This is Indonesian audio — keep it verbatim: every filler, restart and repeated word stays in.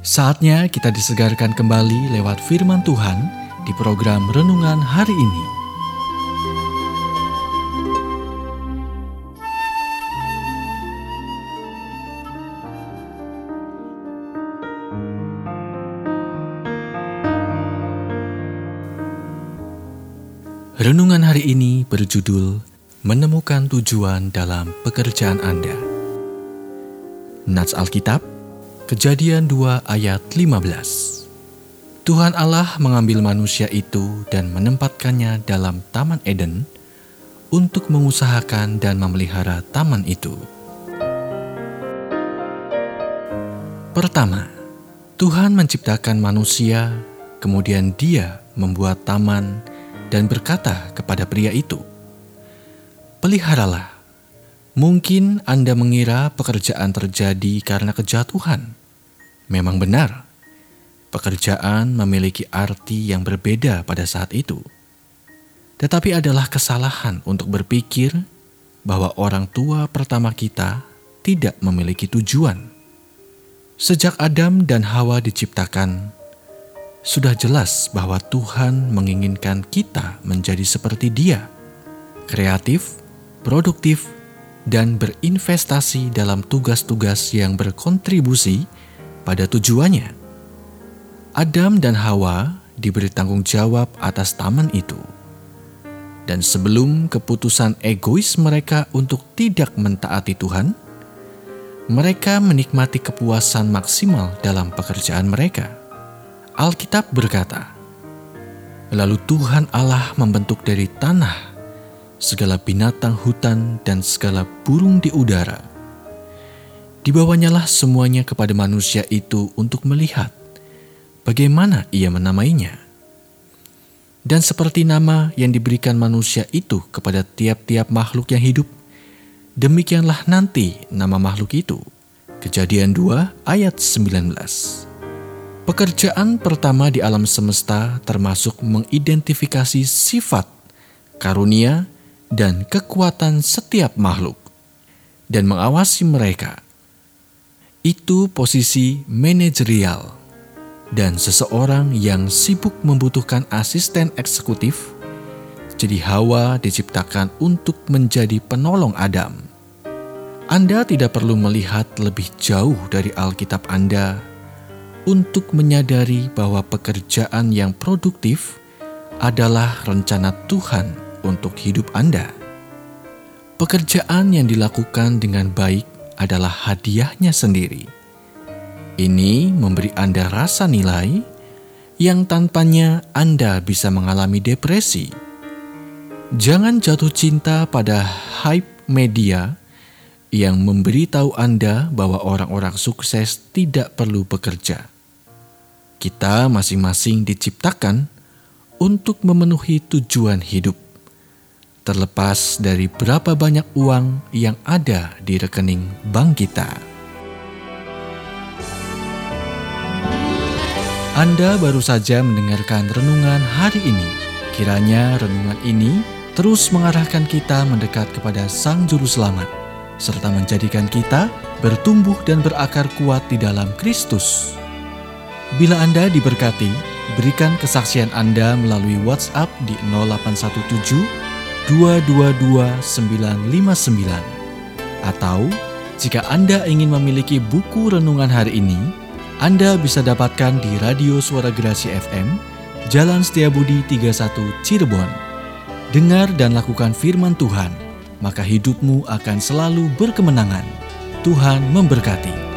Saatnya kita disegarkan kembali lewat firman Tuhan di program Renungan Hari Ini. Renungan hari ini berjudul Menemukan Tujuan dalam Pekerjaan Anda. Nats Alkitab Kejadian dua ayat lima belas. Tuhan Allah mengambil manusia itu dan menempatkannya dalam Taman Eden untuk mengusahakan dan memelihara taman itu. Pertama, Tuhan menciptakan manusia, kemudian Dia membuat taman dan berkata kepada pria itu, "Peliharalah." Mungkin Anda mengira pekerjaan terjadi karena kejatuhan. Memang benar, pekerjaan memiliki arti yang berbeda pada saat itu. Tetapi adalah kesalahan untuk berpikir bahwa orang tua pertama kita tidak memiliki tujuan. Sejak Adam dan Hawa diciptakan, sudah jelas bahwa Tuhan menginginkan kita menjadi seperti Dia, kreatif, produktif, dan berinvestasi dalam tugas-tugas yang berkontribusi pada tujuannya. Adam dan Hawa diberi tanggung jawab atas taman itu. Dan sebelum keputusan egois mereka untuk tidak mentaati Tuhan, mereka menikmati kepuasan maksimal dalam pekerjaan mereka. Alkitab berkata, "Lalu Tuhan Allah membentuk dari tanah segala binatang hutan dan segala burung di udara. Dibawanyalah semuanya kepada manusia itu untuk melihat bagaimana ia menamainya. Dan seperti nama yang diberikan manusia itu kepada tiap-tiap makhluk yang hidup, demikianlah nanti nama makhluk itu." Kejadian dua ayat sembilan belas. Pekerjaan pertama di alam semesta termasuk mengidentifikasi sifat, karunia, dan kekuatan setiap makhluk, dan mengawasi mereka. Itu posisi manajerial, dan seseorang yang sibuk membutuhkan asisten eksekutif. Jadi Hawa diciptakan untuk menjadi penolong Adam. Anda tidak perlu melihat lebih jauh dari Alkitab Anda untuk menyadari bahwa pekerjaan yang produktif adalah rencana Tuhan untuk hidup Anda. Pekerjaan yang dilakukan dengan baik adalah hadiahnya sendiri. Ini memberi Anda rasa nilai yang tanpanya Anda bisa mengalami depresi. Jangan jatuh cinta pada hype media yang memberitahu Anda bahwa orang-orang sukses tidak perlu bekerja. Kita masing-masing diciptakan untuk memenuhi tujuan hidup, terlepas dari berapa banyak uang yang ada di rekening bank kita. Anda baru saja mendengarkan renungan hari ini. Kiranya renungan ini terus mengarahkan kita mendekat kepada Sang Juru Selamat, serta menjadikan kita bertumbuh dan berakar kuat di dalam Kristus. Bila Anda diberkati, berikan kesaksian Anda melalui WhatsApp di nol delapan satu tujuh dua dua dua sembilan lima sembilan. Atau jika Anda ingin memiliki buku renungan hari ini, Anda bisa dapatkan di Radio Suara Gerasi F M, Jalan Setiabudi tiga puluh satu Cirebon. Dengar dan lakukan firman Tuhan, maka hidupmu akan selalu berkemenangan. Tuhan memberkati.